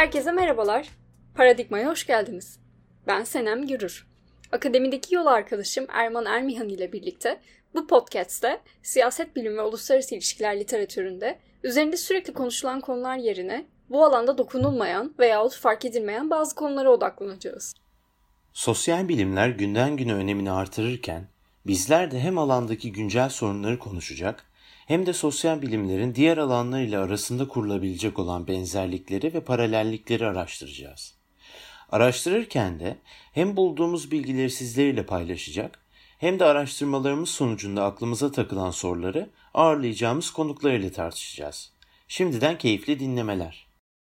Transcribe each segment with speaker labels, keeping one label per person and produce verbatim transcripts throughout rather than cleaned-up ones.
Speaker 1: Herkese merhabalar. Paradigma'ya hoş geldiniz. Ben Senem Gürür. Akademideki yol arkadaşım Erman Ermihan ile birlikte bu podcast'te siyaset bilimi ve uluslararası ilişkiler literatüründe üzerinde sürekli konuşulan konular yerine bu alanda dokunulmayan veyahut fark edilmeyen bazı konulara odaklanacağız.
Speaker 2: Sosyal bilimler günden güne önemini artırırken bizler de hem alandaki güncel sorunları konuşacak hem de sosyal bilimlerin diğer alanlarıyla arasında kurulabilecek olan benzerlikleri ve paralellikleri araştıracağız. Araştırırken de hem bulduğumuz bilgileri sizlerle paylaşacak hem de araştırmalarımız sonucunda aklımıza takılan soruları ağırlayacağımız konuklarıyla tartışacağız. Şimdiden keyifli dinlemeler.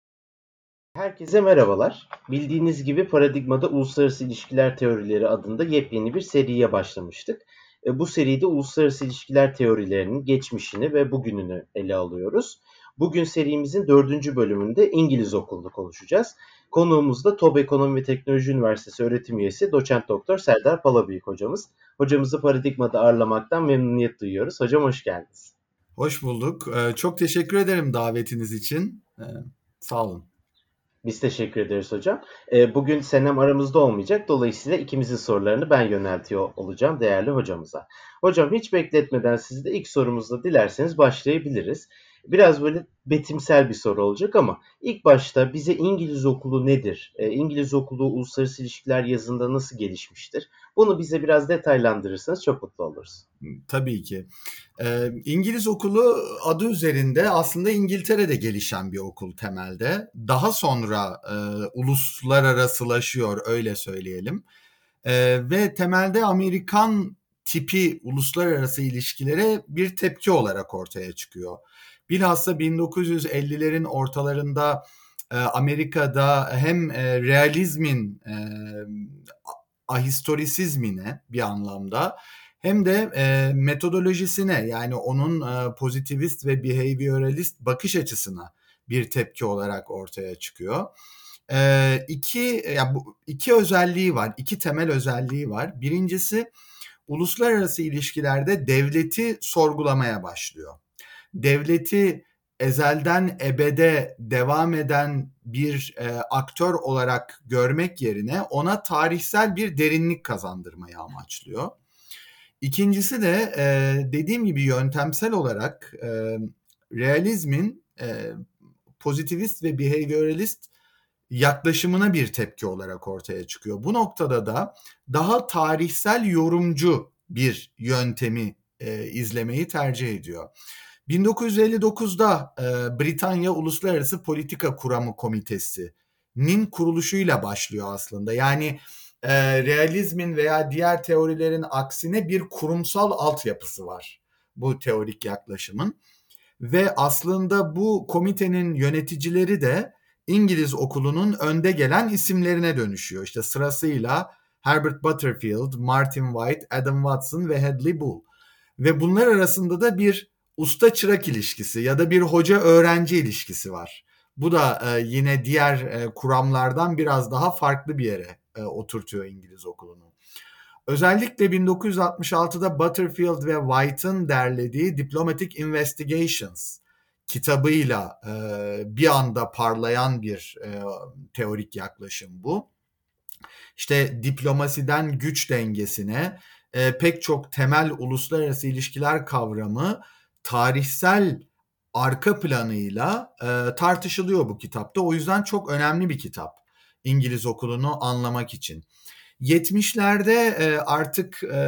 Speaker 3: Herkese merhabalar. Bildiğiniz gibi Paradigma'da Uluslararası İlişkiler Teorileri adında yepyeni bir seriye başlamıştık. Bu seride uluslararası ilişkiler teorilerinin geçmişini ve bugününü ele alıyoruz. Bugün serimizin dördüncü bölümünde İngiliz okulunu konuşacağız. Konuğumuz da TOB Ekonomi ve Teknoloji Üniversitesi öğretim üyesi Doçent Doktor Serdar Palabıyık hocamız. Hocamızı Paradigma'da ağırlamaktan memnuniyet duyuyoruz. Hocam hoş geldiniz.
Speaker 4: Hoş bulduk. Çok teşekkür ederim davetiniz için. Sağ olun.
Speaker 3: Biz teşekkür ederiz hocam. Bugün Senem aramızda olmayacak. Dolayısıyla ikimizin sorularını ben yöneltiyor olacağım değerli hocamıza. Hocam hiç bekletmeden sizi de ilk sorumuzla dilerseniz başlayabiliriz. Biraz böyle betimsel bir soru olacak ama ilk başta bize İngiliz okulu nedir? İngiliz okulu uluslararası ilişkiler yazında nasıl gelişmiştir? Bunu bize biraz detaylandırırsanız çok mutlu oluruz.
Speaker 4: Tabii ki. Ee, İngiliz okulu adı üzerinde aslında İngiltere'de gelişen bir okul temelde. Daha sonra e, uluslararasılaşıyor öyle söyleyelim. E, ve temelde Amerikan tipi uluslararası ilişkilere bir tepki olarak ortaya çıkıyor. Bilhassa bin dokuz yüz ellilerin ortalarında e, Amerika'da hem e, realizmin e, ahistorisizmine bir anlamda hem de e, metodolojisine yani onun e, pozitivist ve behavioralist bakış açısına bir tepki olarak ortaya çıkıyor. E, iki, yani bu, iki özelliği var, iki temel özelliği var. Birincisi uluslararası ilişkilerde devleti sorgulamaya başlıyor. Devleti ezelden ebede devam eden bir e, aktör olarak görmek yerine ona tarihsel bir derinlik kazandırmayı amaçlıyor. İkincisi de e, dediğim gibi yöntemsel olarak e, realizmin e, pozitivist ve behavioralist yaklaşımına bir tepki olarak ortaya çıkıyor. Bu noktada da daha tarihsel yorumcu bir yöntemi e, izlemeyi tercih ediyor. bin dokuz yüz elli dokuzda e, Britanya Uluslararası Politika Kuramı Komitesi'nin kuruluşuyla başlıyor aslında. Yani e, realizmin veya diğer teorilerin aksine bir kurumsal altyapısı var bu teorik yaklaşımın. Ve aslında bu komitenin yöneticileri de İngiliz okulunun önde gelen isimlerine dönüşüyor. İşte sırasıyla Herbert Butterfield, Martin White, Adam Watson ve Hadley Bull. Ve bunlar arasında da bir usta-çırak ilişkisi ya da bir hoca-öğrenci ilişkisi var. Bu da e, yine diğer e, kuramlardan biraz daha farklı bir yere e, oturtuyor İngiliz okulunu. Özellikle bin dokuz yüz altmış altıda Butterfield ve White'ın derlediği Diplomatic Investigations kitabıyla e, bir anda parlayan bir e, teorik yaklaşım bu. İşte diplomasiden güç dengesine e, pek çok temel uluslararası ilişkiler kavramı tarihsel arka planıyla e, tartışılıyor bu kitapta. O yüzden çok önemli bir kitap İngiliz okulunu anlamak için. yetmişlerde e, artık e,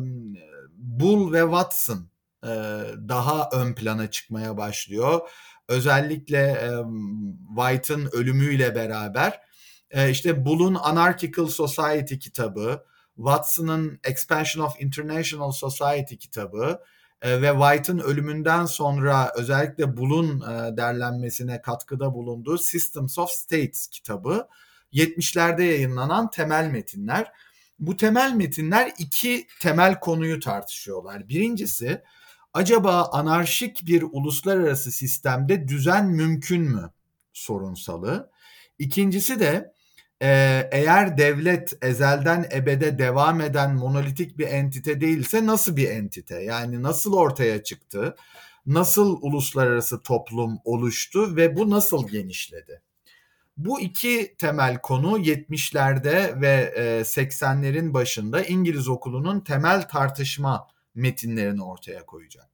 Speaker 4: Bull ve Watson e, daha ön plana çıkmaya başlıyor. Özellikle e, White'ın ölümüyle beraber e, işte Bull'un Anarchical Society kitabı, Watson'ın Expansion of International Society kitabı e, ve White'ın ölümünden sonra özellikle Bull'un e, derlenmesine katkıda bulunduğu Systems of States kitabı yetmişlerde yayınlanan temel metinler. Bu temel metinler iki temel konuyu tartışıyorlar. Birincisi, acaba anarşik bir uluslararası sistemde düzen mümkün mü sorunsalı. İkincisi de eğer devlet ezelden ebede devam eden monolitik bir entite değilse nasıl bir entite? Yani nasıl ortaya çıktı? Nasıl uluslararası toplum oluştu ve bu nasıl genişledi? Bu iki temel konu yetmişlerde ve seksenlerin başında İngiliz okulunun temel tartışma metinlerini ortaya koyacak.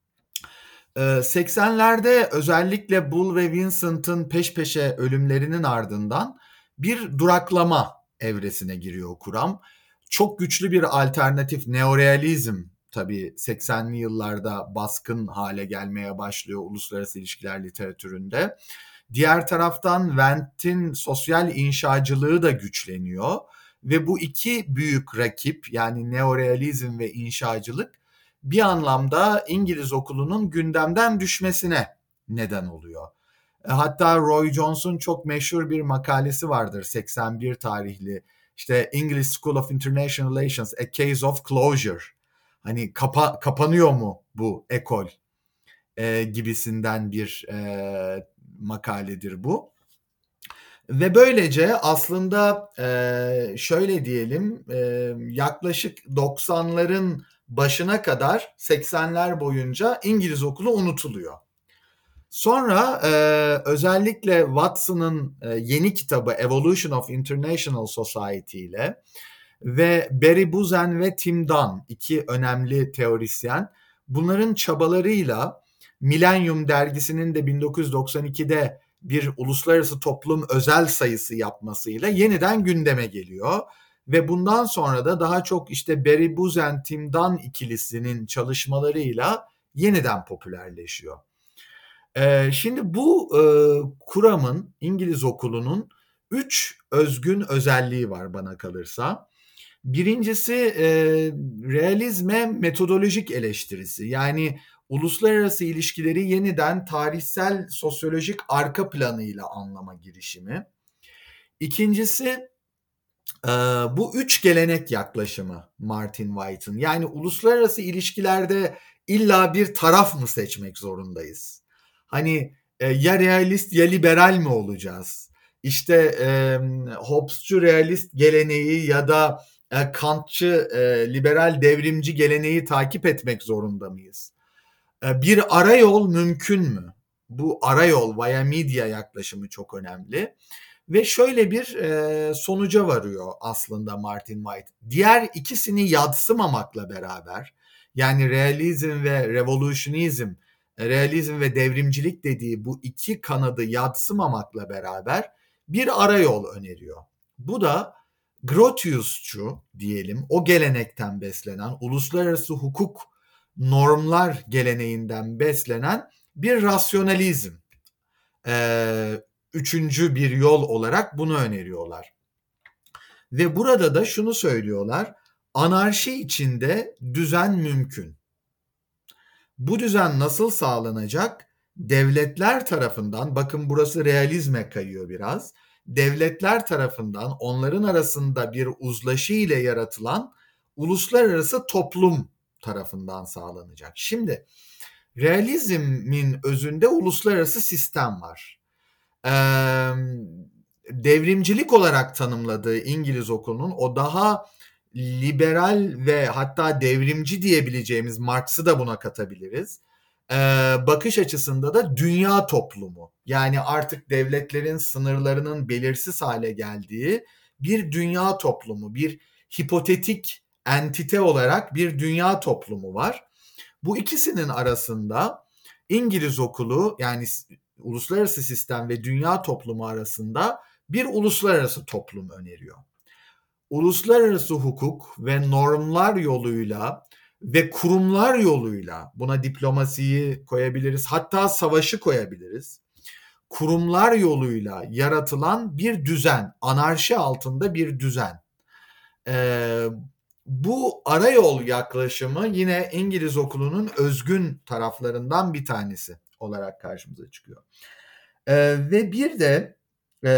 Speaker 4: seksenlerde özellikle Bull ve Vincent'ın peş peşe ölümlerinin ardından bir duraklama evresine giriyor kuram. Çok güçlü bir alternatif neorealizm tabii seksenli yıllarda baskın hale gelmeye başlıyor uluslararası ilişkiler literatüründe. Diğer taraftan Wendt'in sosyal inşacılığı da güçleniyor ve bu iki büyük rakip yani neorealizm ve inşacılık bir anlamda İngiliz okulunun gündemden düşmesine neden oluyor. Hatta Roy Jones'un çok meşhur bir makalesi vardır seksen bir tarihli. İşte English School of International Relations, A Case of Closure. Hani kapa, kapanıyor mu bu ekol e, gibisinden bir e, makaledir bu. Ve böylece aslında e, şöyle diyelim e, yaklaşık doksanların başına kadar seksenler boyunca İngiliz okulu unutuluyor. Sonra e, özellikle Watson'ın e, yeni kitabı Evolution of International Society ile ve Barry Buzen ve Tim Dunn iki önemli teorisyen bunların çabalarıyla Millennium dergisinin de bin dokuz yüz doksan ikide bir uluslararası toplum özel sayısı yapmasıyla yeniden gündeme geliyor. Ve bundan sonra da daha çok işte Barry Buzen, Tim Dunn ikilisinin çalışmalarıyla yeniden popülerleşiyor. Ee, şimdi bu e, kuramın İngiliz okulunun üç özgün özelliği var bana kalırsa. Birincisi e, realizme metodolojik eleştirisi. Yani uluslararası ilişkileri yeniden tarihsel sosyolojik arka planıyla anlama girişimi. İkincisi e, bu üç gelenek yaklaşımı Martin White'ın. Yani uluslararası ilişkilerde illa bir taraf mı seçmek zorundayız? Hani e, ya realist ya liberal mi olacağız? İşte e, Hobbes'cu realist geleneği ya da e, Kantçı e, liberal devrimci geleneği takip etmek zorunda mıyız? E, bir arayol mümkün mü? Bu arayol via media yaklaşımı çok önemli. Ve şöyle bir e, sonuca varıyor aslında Martin White. Diğer ikisini yadsımamakla beraber yani realizm ve revolutionizm, realizm ve devrimcilik dediği bu iki kanadı yadsımamakla beraber bir arayol öneriyor. Bu da Grotiusçu diyelim o gelenekten beslenen uluslararası hukuk normlar geleneğinden beslenen bir rasyonalizm. Ee, üçüncü bir yol olarak bunu öneriyorlar. Ve burada da şunu söylüyorlar. Anarşi içinde düzen mümkün. Bu düzen nasıl sağlanacak? Devletler tarafından, bakın burası realizme kayıyor biraz. Devletler tarafından onların arasında bir uzlaşı ile yaratılan uluslararası toplum tarafından sağlanacak. Şimdi realizmin özünde uluslararası sistem var. Ee, devrimcilik olarak tanımladığı İngiliz okulunun o daha liberal ve hatta devrimci diyebileceğimiz Marx'ı da buna katabiliriz. Ee, bakış açısında da dünya toplumu yani artık devletlerin sınırlarının belirsiz hale geldiği bir dünya toplumu, bir hipotetik entite olarak bir dünya toplumu var. Bu ikisinin arasında İngiliz okulu yani uluslararası sistem ve dünya toplumu arasında bir uluslararası toplum öneriyor. Uluslararası hukuk ve normlar yoluyla ve kurumlar yoluyla buna diplomasiyi koyabiliriz, hatta savaşı koyabiliriz. Kurumlar yoluyla yaratılan bir düzen, anarşi altında bir düzen. Ee, bu arayol yaklaşımı yine İngiliz okulunun özgün taraflarından bir tanesi olarak karşımıza çıkıyor. Ee, ve bir de e,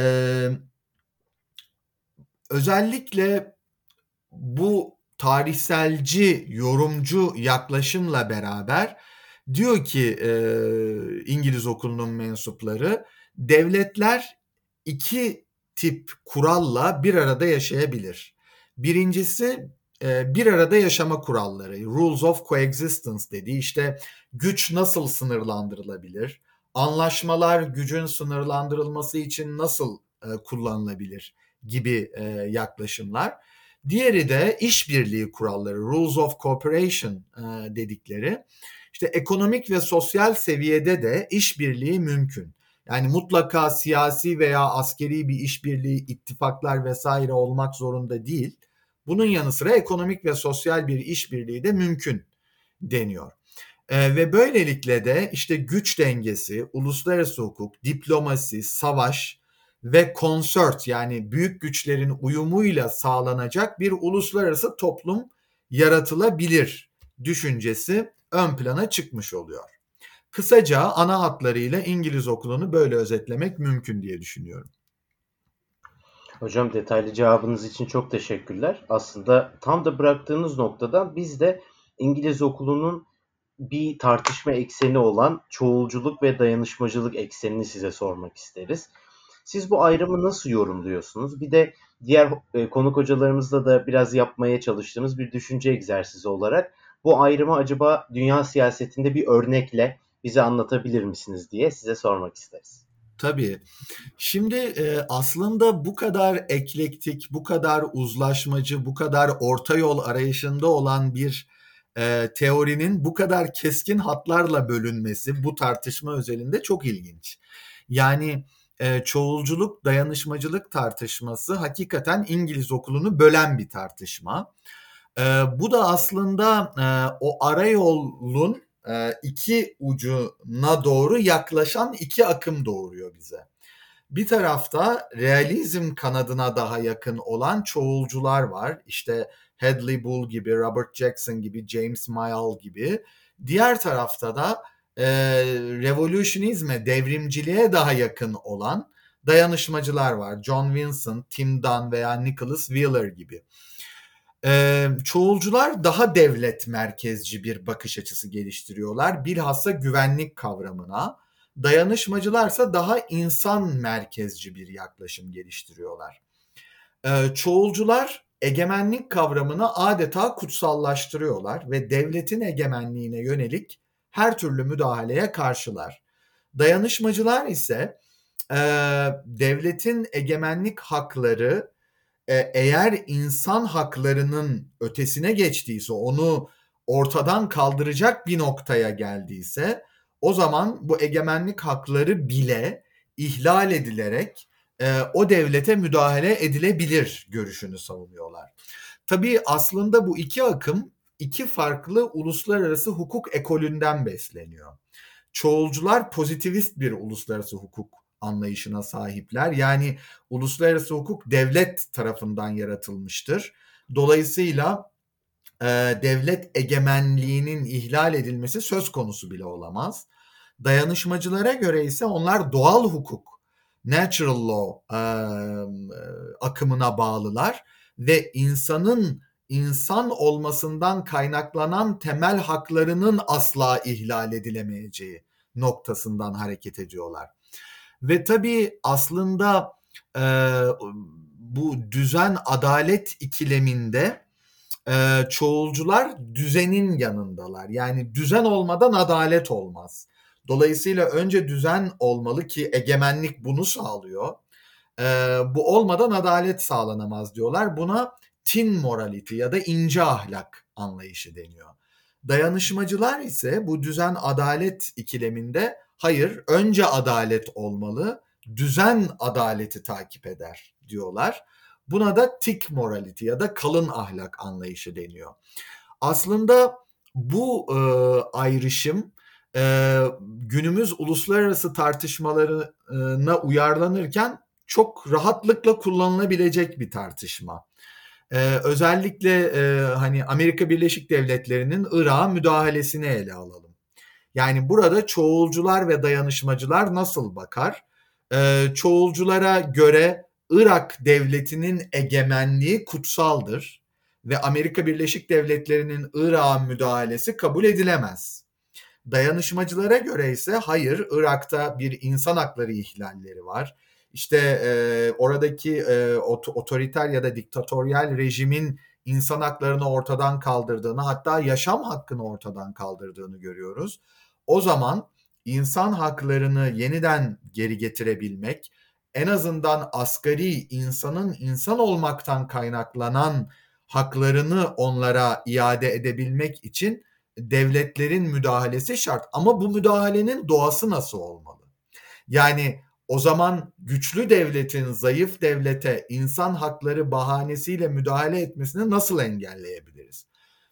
Speaker 4: özellikle bu tarihselci, yorumcu yaklaşımla beraber diyor ki e, İngiliz okulunun mensupları, devletler iki tip kuralla bir arada yaşayabilir. Birincisi e, bir arada yaşama kuralları, rules of coexistence dediği işte güç nasıl sınırlandırılabilir, anlaşmalar gücün sınırlandırılması için nasıl e, kullanılabilir gibi e, yaklaşımlar. Diğeri de işbirliği kuralları, rules of cooperation e, dedikleri. İşte ekonomik ve sosyal seviyede de işbirliği mümkün. Yani mutlaka siyasi veya askeri bir işbirliği, ittifaklar vesaire olmak zorunda değil. Bunun yanı sıra ekonomik ve sosyal bir işbirliği de mümkün deniyor. Ee, ve böylelikle de işte güç dengesi, uluslararası hukuk, diplomasi, savaş ve konsört, yani büyük güçlerin uyumuyla sağlanacak bir uluslararası toplum yaratılabilir düşüncesi ön plana çıkmış oluyor. Kısaca ana hatlarıyla İngiliz okulunu böyle özetlemek mümkün diye düşünüyorum.
Speaker 3: Hocam, detaylı cevabınız için çok teşekkürler. Aslında tam da bıraktığınız noktadan biz de İngiliz okulunun bir tartışma ekseni olan çoğulculuk ve dayanışmacılık eksenini size sormak isteriz. Siz bu ayrımı nasıl yorumluyorsunuz? Bir de diğer e, konuk hocalarımızla da biraz yapmaya çalıştığımız bir düşünce egzersizi olarak bu ayrımı acaba dünya siyasetinde bir örnekle bize anlatabilir misiniz diye size sormak isteriz.
Speaker 4: Tabii. Şimdi e, aslında bu kadar eklektik, bu kadar uzlaşmacı, bu kadar orta yol arayışında olan bir e, teorinin bu kadar keskin hatlarla bölünmesi bu tartışma özelinde çok ilginç. Yani e, çoğulculuk, dayanışmacılık tartışması hakikaten İngiliz okulunu bölen bir tartışma. E, bu da aslında e, o arayolun e, iki ucuna doğru yaklaşan iki akım doğuruyor bize. Bir tarafta realizm kanadına daha yakın olan çoğulcular var. İşte Hadley Bull gibi, Robert Jackson gibi, James Mayall gibi. Diğer tarafta da e, revolutionizme, devrimciliğe daha yakın olan dayanışmacılar var. John Vincent, Tim Dunn veya Nicholas Wheeler gibi. Ee, çoğulcular daha devlet merkezci bir bakış açısı geliştiriyorlar. Bilhassa güvenlik kavramına. Dayanışmacılarsa daha insan merkezci bir yaklaşım geliştiriyorlar. Ee, çoğulcular egemenlik kavramını adeta kutsallaştırıyorlar ve devletin egemenliğine yönelik her türlü müdahaleye karşılar. Dayanışmacılar ise e, devletin egemenlik hakları eğer insan haklarının ötesine geçtiyse, onu ortadan kaldıracak bir noktaya geldiyse, o zaman bu egemenlik hakları bile ihlal edilerek e, o devlete müdahale edilebilir görüşünü savunuyorlar. Tabii aslında bu iki akım iki farklı uluslararası hukuk ekolünden besleniyor. Çoğulcular pozitivist bir uluslararası hukuk anlayışına sahipler. Yani uluslararası hukuk devlet tarafından yaratılmıştır. Dolayısıyla e, devlet egemenliğinin ihlal edilmesi söz konusu bile olamaz. Dayanışmacılara göre ise onlar doğal hukuk, natural law e, akımına bağlılar ve insanın insan olmasından kaynaklanan temel haklarının asla ihlal edilemeyeceği noktasından hareket ediyorlar. Ve tabii aslında e, bu düzen adalet ikileminde e, çoğulcular düzenin yanındalar. Yani düzen olmadan adalet olmaz. Dolayısıyla önce düzen olmalı ki egemenlik bunu sağlıyor. E, bu olmadan adalet sağlanamaz diyorlar. Buna tin morality ya da ince ahlak anlayışı deniyor. Dayanışmacılar ise bu düzen adalet ikileminde hayır, önce adalet olmalı, düzen adaleti takip eder diyorlar. Buna da thick morality ya da kalın ahlak anlayışı deniyor. Aslında bu e, ayrışım e, günümüz uluslararası tartışmalarına uyarlanırken çok rahatlıkla kullanılabilecek bir tartışma. Ee, özellikle e, hani Amerika Birleşik Devletleri'nin Irak'a müdahalesini ele alalım. Yani burada çoğulcular ve dayanışmacılar nasıl bakar? Ee, çoğulculara göre Irak devletinin egemenliği kutsaldır ve Amerika Birleşik Devletleri'nin Irak'a müdahalesi kabul edilemez. Dayanışmacılara göre ise hayır, Irak'ta bir insan hakları ihlalleri var. İşte e, oradaki e, otoriter ya da diktatöryal rejimin insan haklarını ortadan kaldırdığını, hatta yaşam hakkını ortadan kaldırdığını görüyoruz. O zaman insan haklarını yeniden geri getirebilmek, en azından asgari insanın insan olmaktan kaynaklanan haklarını onlara iade edebilmek için devletlerin müdahalesi şart. Ama bu müdahalenin doğası nasıl olmalı? Yani o zaman güçlü devletin zayıf devlete insan hakları bahanesiyle müdahale etmesini nasıl engelleyebiliriz?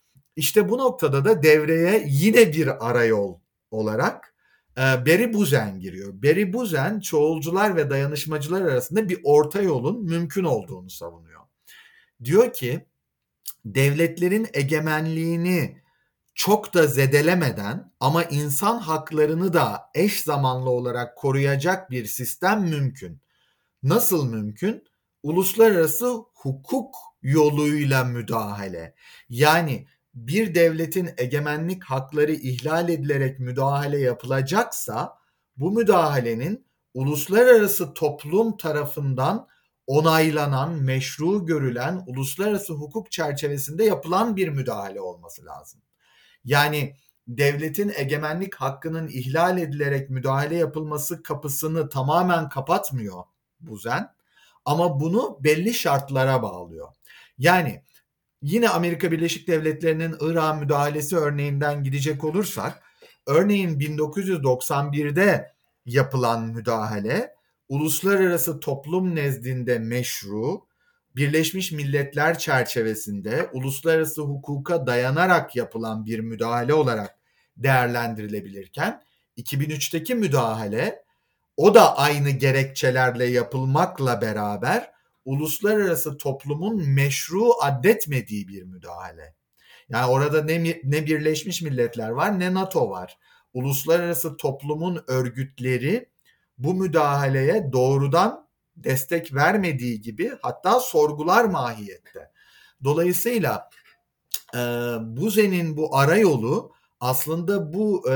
Speaker 4: İşte bu noktada da devreye yine bir arayol olarak e, Barry Buzen giriyor. Barry Buzen çoğulcular ve dayanışmacılar arasında bir orta yolun mümkün olduğunu savunuyor. Diyor ki devletlerin egemenliğini çok da zedelemeden ama insan haklarını da eş zamanlı olarak koruyacak bir sistem mümkün. Nasıl mümkün? Uluslararası hukuk yoluyla müdahale. Yani bir devletin egemenlik hakları ihlal edilerek müdahale yapılacaksa bu müdahalenin uluslararası toplum tarafından onaylanan, meşru görülen uluslararası hukuk çerçevesinde yapılan bir müdahale olması lazım. Yani devletin egemenlik hakkının ihlal edilerek müdahale yapılması kapısını tamamen kapatmıyor Buzen ama bunu belli şartlara bağlıyor. Yani yine Amerika Birleşik Devletleri'nin Irak'a müdahalesi örneğinden gidecek olursak, örneğin bin dokuz yüz doksan birde yapılan müdahale uluslararası toplum nezdinde meşru, Birleşmiş Milletler çerçevesinde uluslararası hukuka dayanarak yapılan bir müdahale olarak değerlendirilebilirken iki bin üçteki müdahale o da aynı gerekçelerle yapılmakla beraber uluslararası toplumun meşru addetmediği bir müdahale. Yani orada ne, ne Birleşmiş Milletler var ne NATO var. Uluslararası toplumun örgütleri bu müdahaleye doğrudan destek vermediği gibi hatta sorgular mahiyette. Dolayısıyla e, Buzen'in bu arayolu aslında bu e,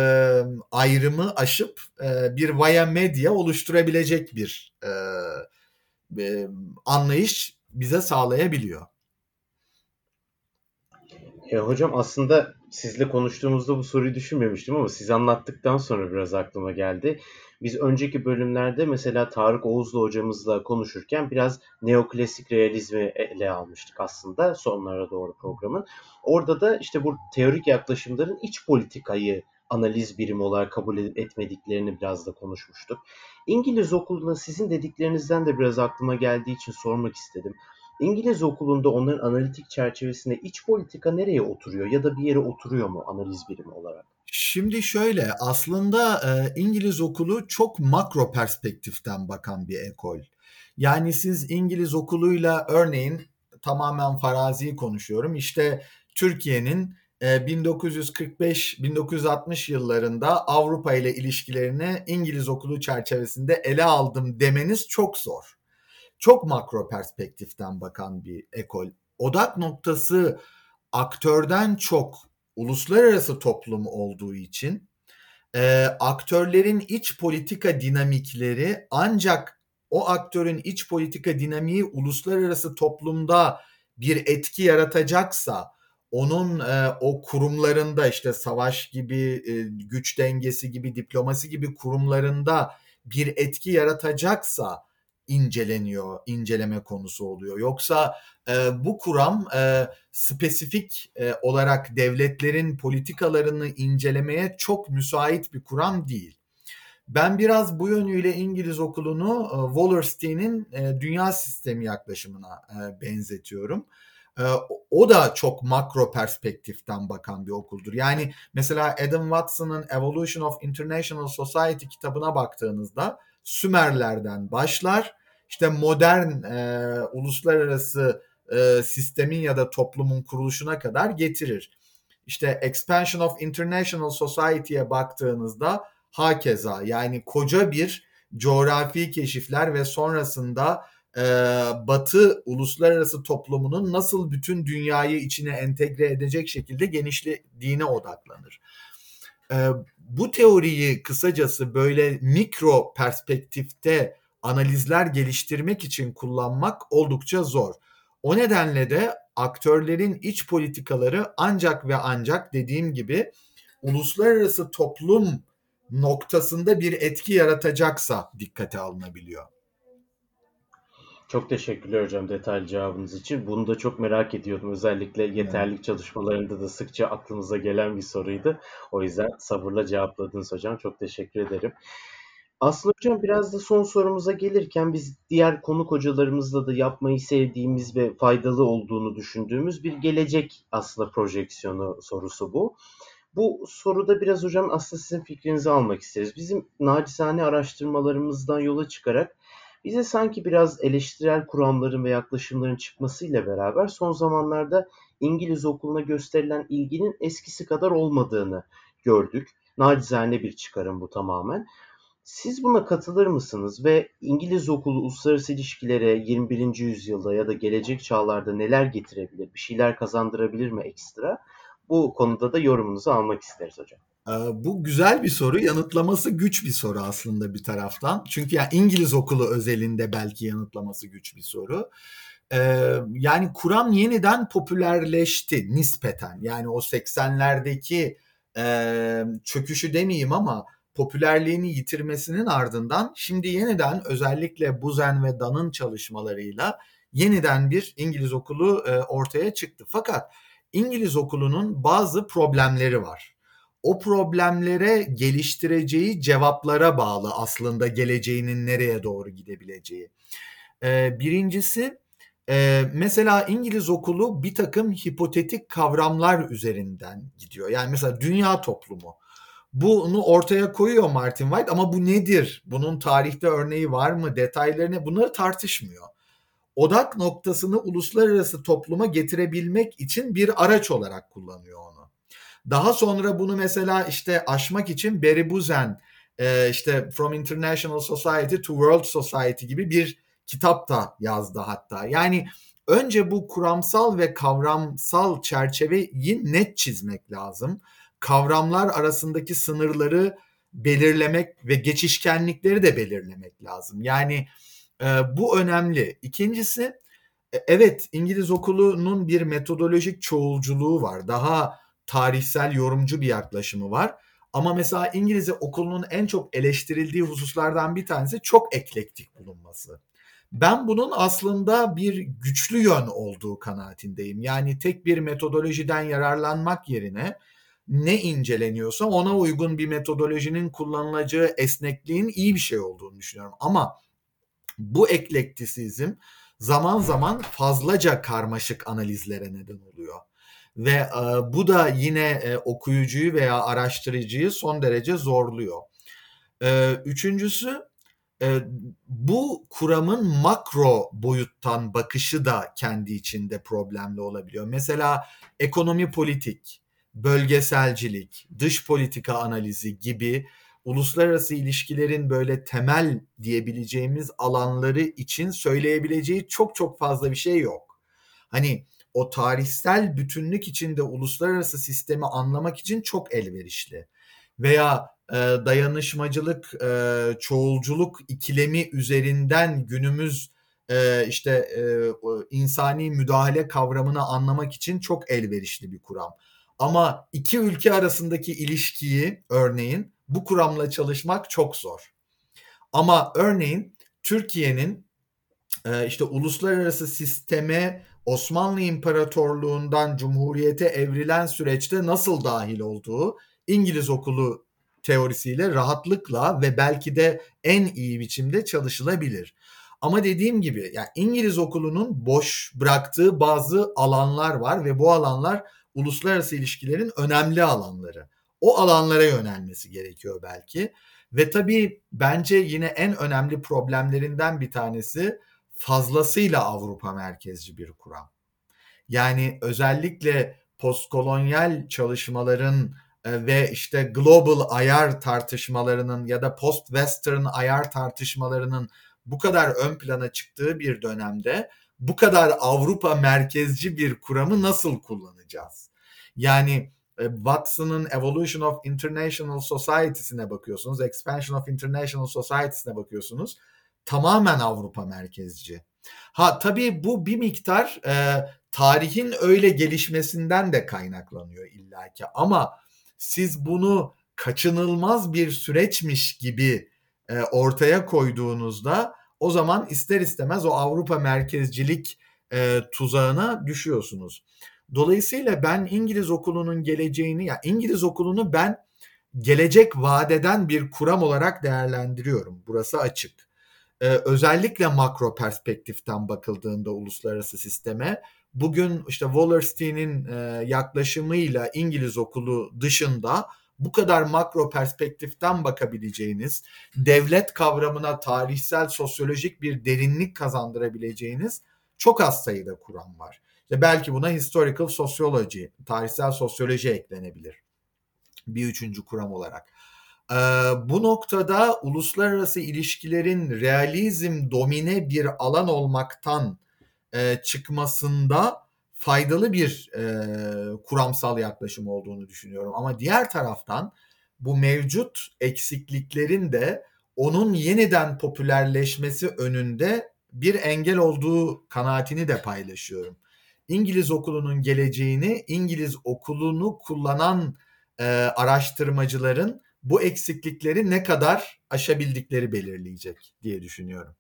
Speaker 4: ayrımı aşıp e, bir via media oluşturabilecek bir e, e, anlayış bize sağlayabiliyor.
Speaker 3: E, hocam aslında sizle konuştuğumuzda bu soruyu düşünmemiştim ama siz anlattıktan sonra biraz aklıma geldi. Biz önceki bölümlerde mesela Tarık Oğuzlu hocamızla konuşurken biraz neoklasik realizmi ele almıştık aslında sonlara doğru programın. Orada da işte bu teorik yaklaşımların iç politikayı analiz birimi olarak kabul etmediklerini biraz da konuşmuştuk. İngiliz okulunda sizin dediklerinizden de biraz aklıma geldiği için sormak istedim. İngiliz okulunda onların analitik çerçevesinde iç politika nereye oturuyor ya da bir yere oturuyor mu analiz birimi olarak?
Speaker 4: Şimdi şöyle aslında e, İngiliz okulu çok makro perspektiften bakan bir ekol. Yani siz İngiliz okuluyla örneğin tamamen farazi konuşuyorum. İşte Türkiye'nin e, bin dokuz yüz kırk beş bin dokuz yüz altmış yıllarında Avrupa ile ilişkilerini İngiliz okulu çerçevesinde ele aldım demeniz çok zor. Çok makro perspektiften bakan bir ekol. Odak noktası aktörden çok uluslararası toplum olduğu için e, aktörlerin iç politika dinamikleri ancak o aktörün iç politika dinamiği uluslararası toplumda bir etki yaratacaksa onun e, o kurumlarında işte savaş gibi, e, güç dengesi gibi, diplomasi gibi kurumlarında bir etki yaratacaksa inceleniyor, inceleme konusu oluyor. Yoksa e, bu kuram e, spesifik e, olarak devletlerin politikalarını incelemeye çok müsait bir kuram değil. Ben biraz bu yönüyle İngiliz okulunu e, Wallerstein'in e, dünya sistemi yaklaşımına e, benzetiyorum. E, o da çok makro perspektiften bakan bir okuldur. Yani mesela Adam Watson'ın Evolution of International Society kitabına baktığınızda Sümerlerden başlar, işte modern e, uluslararası e, sistemin ya da toplumun kuruluşuna kadar getirir. İşte Expansion of International Society'ye baktığınızda hakeza yani koca bir coğrafi keşifler ve sonrasında e, Batı uluslararası toplumunun nasıl bütün dünyayı içine entegre edecek şekilde genişlediğine odaklanır. E, bu teoriyi kısacası böyle mikro perspektifte analizler geliştirmek için kullanmak oldukça zor. O nedenle de aktörlerin iç politikaları ancak ve ancak dediğim gibi uluslararası toplum noktasında bir etki yaratacaksa dikkate alınabiliyor.
Speaker 3: Çok teşekkürler hocam detaylı cevabınız için. Bunu da çok merak ediyordum. Özellikle yeterlilik evet. çalışmalarında da sıkça aklımıza gelen bir soruydu. O yüzden sabırla cevapladınız hocam. Çok teşekkür ederim. Aslında hocam biraz da son sorumuza gelirken biz diğer konuk hocalarımızla da yapmayı sevdiğimiz ve faydalı olduğunu düşündüğümüz bir gelecek aslında projeksiyonu sorusu bu. Bu soruda biraz hocam aslında sizin fikrinizi almak isteriz. Bizim nacizane araştırmalarımızdan yola çıkarak bize sanki biraz eleştirel kuramların ve yaklaşımların çıkmasıyla beraber son zamanlarda İngiliz okuluna gösterilen ilginin eskisi kadar olmadığını gördük. Nacizane bir çıkarım bu tamamen. Siz buna katılır mısınız ve İngiliz okulu uluslararası ilişkilere yirmi birinci yüzyılda ya da gelecek çağlarda neler getirebilir, bir şeyler kazandırabilir mi ekstra? Bu konuda da yorumunuzu almak isteriz hocam.
Speaker 4: Bu güzel bir soru. Yanıtlaması güç bir soru aslında bir taraftan. Çünkü yani İngiliz okulu özelinde belki yanıtlaması güç bir soru. Ee, yani kuram yeniden popülerleşti nispeten. Yani o seksenlerdeki e, çöküşü demeyeyim ama popülerliğini yitirmesinin ardından şimdi yeniden özellikle Buzen ve Dunn'ın çalışmalarıyla yeniden bir İngiliz okulu e, ortaya çıktı. Fakat İngiliz okulunun bazı problemleri var. O problemlere geliştireceği cevaplara bağlı aslında geleceğinin nereye doğru gidebileceği. Ee, birincisi e, mesela İngiliz okulu bir takım hipotetik kavramlar üzerinden gidiyor. Yani mesela dünya toplumu. Bunu ortaya koyuyor Martin White ama bu nedir? Bunun tarihte örneği var mı? Detaylarını bunları tartışmıyor. Odak noktasını uluslararası topluma getirebilmek için bir araç olarak kullanıyor onu. Daha sonra bunu mesela işte aşmak için Barry Buzen e, işte From International Society to World Society gibi bir kitap da yazdı hatta. Yani önce bu kuramsal ve kavramsal çerçeveyi net çizmek lazım. Kavramlar arasındaki sınırları belirlemek ve geçişkenlikleri de belirlemek lazım. Yani e, bu önemli. İkincisi evet İngiliz okulunun bir metodolojik çoğulculuğu var. Daha tarihsel yorumcu bir yaklaşımı var. Ama mesela İngiliz okulunun en çok eleştirildiği hususlardan bir tanesi çok eklektik bulunması. Ben bunun aslında bir güçlü yön olduğu kanaatindeyim. Yani tek bir metodolojiden yararlanmak yerine ne inceleniyorsa ona uygun bir metodolojinin kullanılacağı esnekliğin iyi bir şey olduğunu düşünüyorum. Ama bu eklektisizm zaman zaman fazlaca karmaşık analizlere neden oluyor. Ve e, bu da yine e, okuyucuyu veya araştırıcıyı son derece zorluyor. E, üçüncüsü e, bu kuramın makro boyuttan bakışı da kendi içinde problemli olabiliyor. Mesela ekonomi politik, bölgeselcilik, dış politika analizi gibi uluslararası ilişkilerin böyle temel diyebileceğimiz alanları için söyleyebileceği çok çok fazla bir şey yok. Hani o tarihsel bütünlük içinde uluslararası sistemi anlamak için çok elverişli. Veya e, dayanışmacılık, e, çoğulculuk ikilemi üzerinden günümüz e, işte e, insani müdahale kavramını anlamak için çok elverişli bir kuram. Ama iki ülke arasındaki ilişkiyi örneğin bu kuramla çalışmak çok zor. Ama örneğin Türkiye'nin e, işte uluslararası sisteme Osmanlı İmparatorluğundan Cumhuriyete evrilen süreçte nasıl dahil olduğu İngiliz okulu teorisiyle rahatlıkla ve belki de en iyi biçimde çalışılabilir. Ama dediğim gibi yani İngiliz okulunun boş bıraktığı bazı alanlar var ve bu alanlar uluslararası ilişkilerin önemli alanları. O alanlara yönelmesi gerekiyor belki. Ve tabii bence yine en önemli problemlerinden bir tanesi fazlasıyla Avrupa merkezci bir kuram. Yani özellikle postkolonyal çalışmaların ve işte global ayar tartışmalarının ya da post-western ayar tartışmalarının bu kadar ön plana çıktığı bir dönemde bu kadar Avrupa merkezci bir kuramı nasıl kullanacağız? Yani Watson'ın Evolution of International Societies'ine bakıyorsunuz, Expansion of International Societies'ine bakıyorsunuz. Tamamen Avrupa merkezci. Ha tabii bu bir miktar e, tarihin öyle gelişmesinden de kaynaklanıyor illaki. Ama siz bunu kaçınılmaz bir süreçmiş gibi e, ortaya koyduğunuzda o zaman ister istemez o Avrupa merkezcilik e, tuzağına düşüyorsunuz. Dolayısıyla ben İngiliz okulunun geleceğini, ya İngiliz okulunu ben gelecek vadeden bir kuram olarak değerlendiriyorum. Burası açık. Ee, özellikle makro perspektiften bakıldığında uluslararası sisteme, bugün işte Wallerstein'in e, yaklaşımıyla İngiliz okulu dışında bu kadar makro perspektiften bakabileceğiniz, devlet kavramına tarihsel, sosyolojik bir derinlik kazandırabileceğiniz çok az sayıda kuram var. İşte belki buna historical sociology, tarihsel sosyoloji eklenebilir bir üçüncü kuram olarak. Ee, bu noktada uluslararası ilişkilerin realizm domine bir alan olmaktan e, çıkmasında faydalı bir e, kuramsal yaklaşım olduğunu düşünüyorum. Ama diğer taraftan bu mevcut eksikliklerin de onun yeniden popülerleşmesi önünde bir engel olduğu kanaatini de paylaşıyorum. İngiliz okulunun geleceğini İngiliz okulunu kullanan e, araştırmacıların bu eksiklikleri ne kadar aşabildikleri belirleyecek diye düşünüyorum.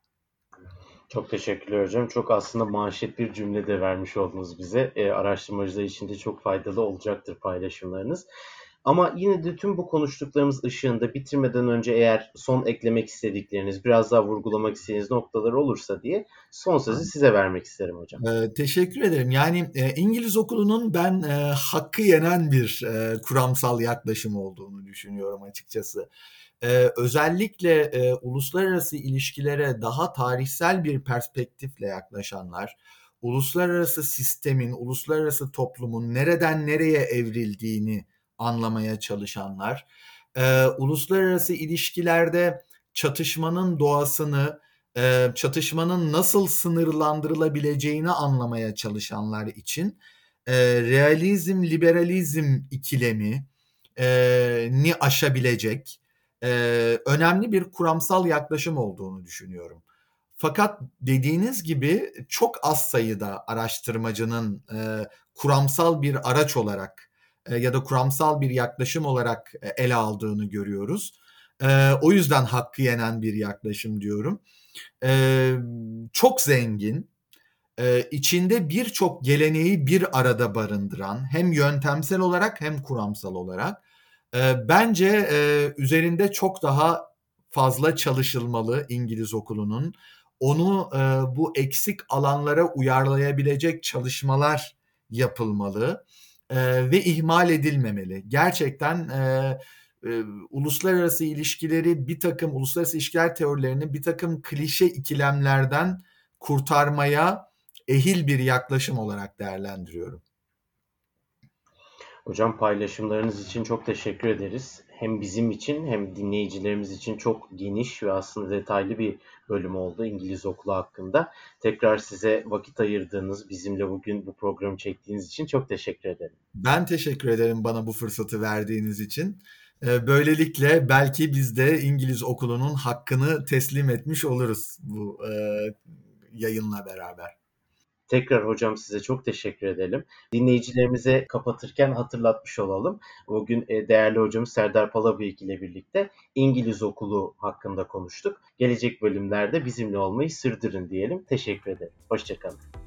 Speaker 3: Çok teşekkürler hocam. Çok aslında manşet bir cümle de vermiş oldunuz bize. E, araştırmacılar için de çok faydalı olacaktır paylaşımlarınız. Ama yine de tüm bu konuştuklarımız ışığında bitirmeden önce eğer son eklemek istedikleriniz, biraz daha vurgulamak istediğiniz noktalar olursa diye son sözü size vermek isterim hocam.
Speaker 4: Ee, teşekkür ederim. Yani e, İngiliz okulunun ben e, hakkı yenen bir e, kuramsal yaklaşım olduğunu düşünüyorum açıkçası. Ee, özellikle e, uluslararası ilişkilere daha tarihsel bir perspektifle yaklaşanlar, uluslararası sistemin, uluslararası toplumun nereden nereye evrildiğini anlamaya çalışanlar, e, uluslararası ilişkilerde çatışmanın doğasını, e, çatışmanın nasıl sınırlandırılabileceğini anlamaya çalışanlar için e, realizm, liberalizm ikilemi e, ni aşabilecek e, önemli bir kuramsal yaklaşım olduğunu düşünüyorum. Fakat dediğiniz gibi çok az sayıda araştırmacının e, kuramsal bir araç olarak e, ya da kuramsal bir yaklaşım olarak e, ele aldığını görüyoruz. E, o yüzden hakkı yenen bir yaklaşım diyorum. E, çok zengin, e, içinde birçok geleneği bir arada barındıran, hem yöntemsel olarak hem kuramsal olarak, e, bence e, üzerinde çok daha fazla çalışılmalı İngiliz okulunun. Onu e, bu eksik alanlara uyarlayabilecek çalışmalar yapılmalı e, ve ihmal edilmemeli. Gerçekten e, e, uluslararası ilişkileri bir takım uluslararası ilişkiler teorilerini bir takım klişe ikilemlerden kurtarmaya ehil bir yaklaşım olarak değerlendiriyorum.
Speaker 3: Hocam paylaşımlarınız için çok teşekkür ederiz. Hem bizim için hem dinleyicilerimiz için çok geniş ve aslında detaylı bir bölüm oldu İngiliz okulu hakkında. Tekrar size vakit ayırdığınız, bizimle bugün bu programı çektiğiniz için çok teşekkür ederim.
Speaker 4: Ben teşekkür ederim bana bu fırsatı verdiğiniz için. Böylelikle belki biz de İngiliz okulunun hakkını teslim etmiş oluruz bu e, yayınla beraber.
Speaker 3: Tekrar hocam size çok teşekkür edelim. Dinleyicilerimize kapatırken hatırlatmış olalım. Bugün değerli hocamız Serdar Palabıyık ile birlikte İngiliz okulu hakkında konuştuk. Gelecek bölümlerde bizimle olmayı sürdürün diyelim. Teşekkür ederim. Hoşça kalın.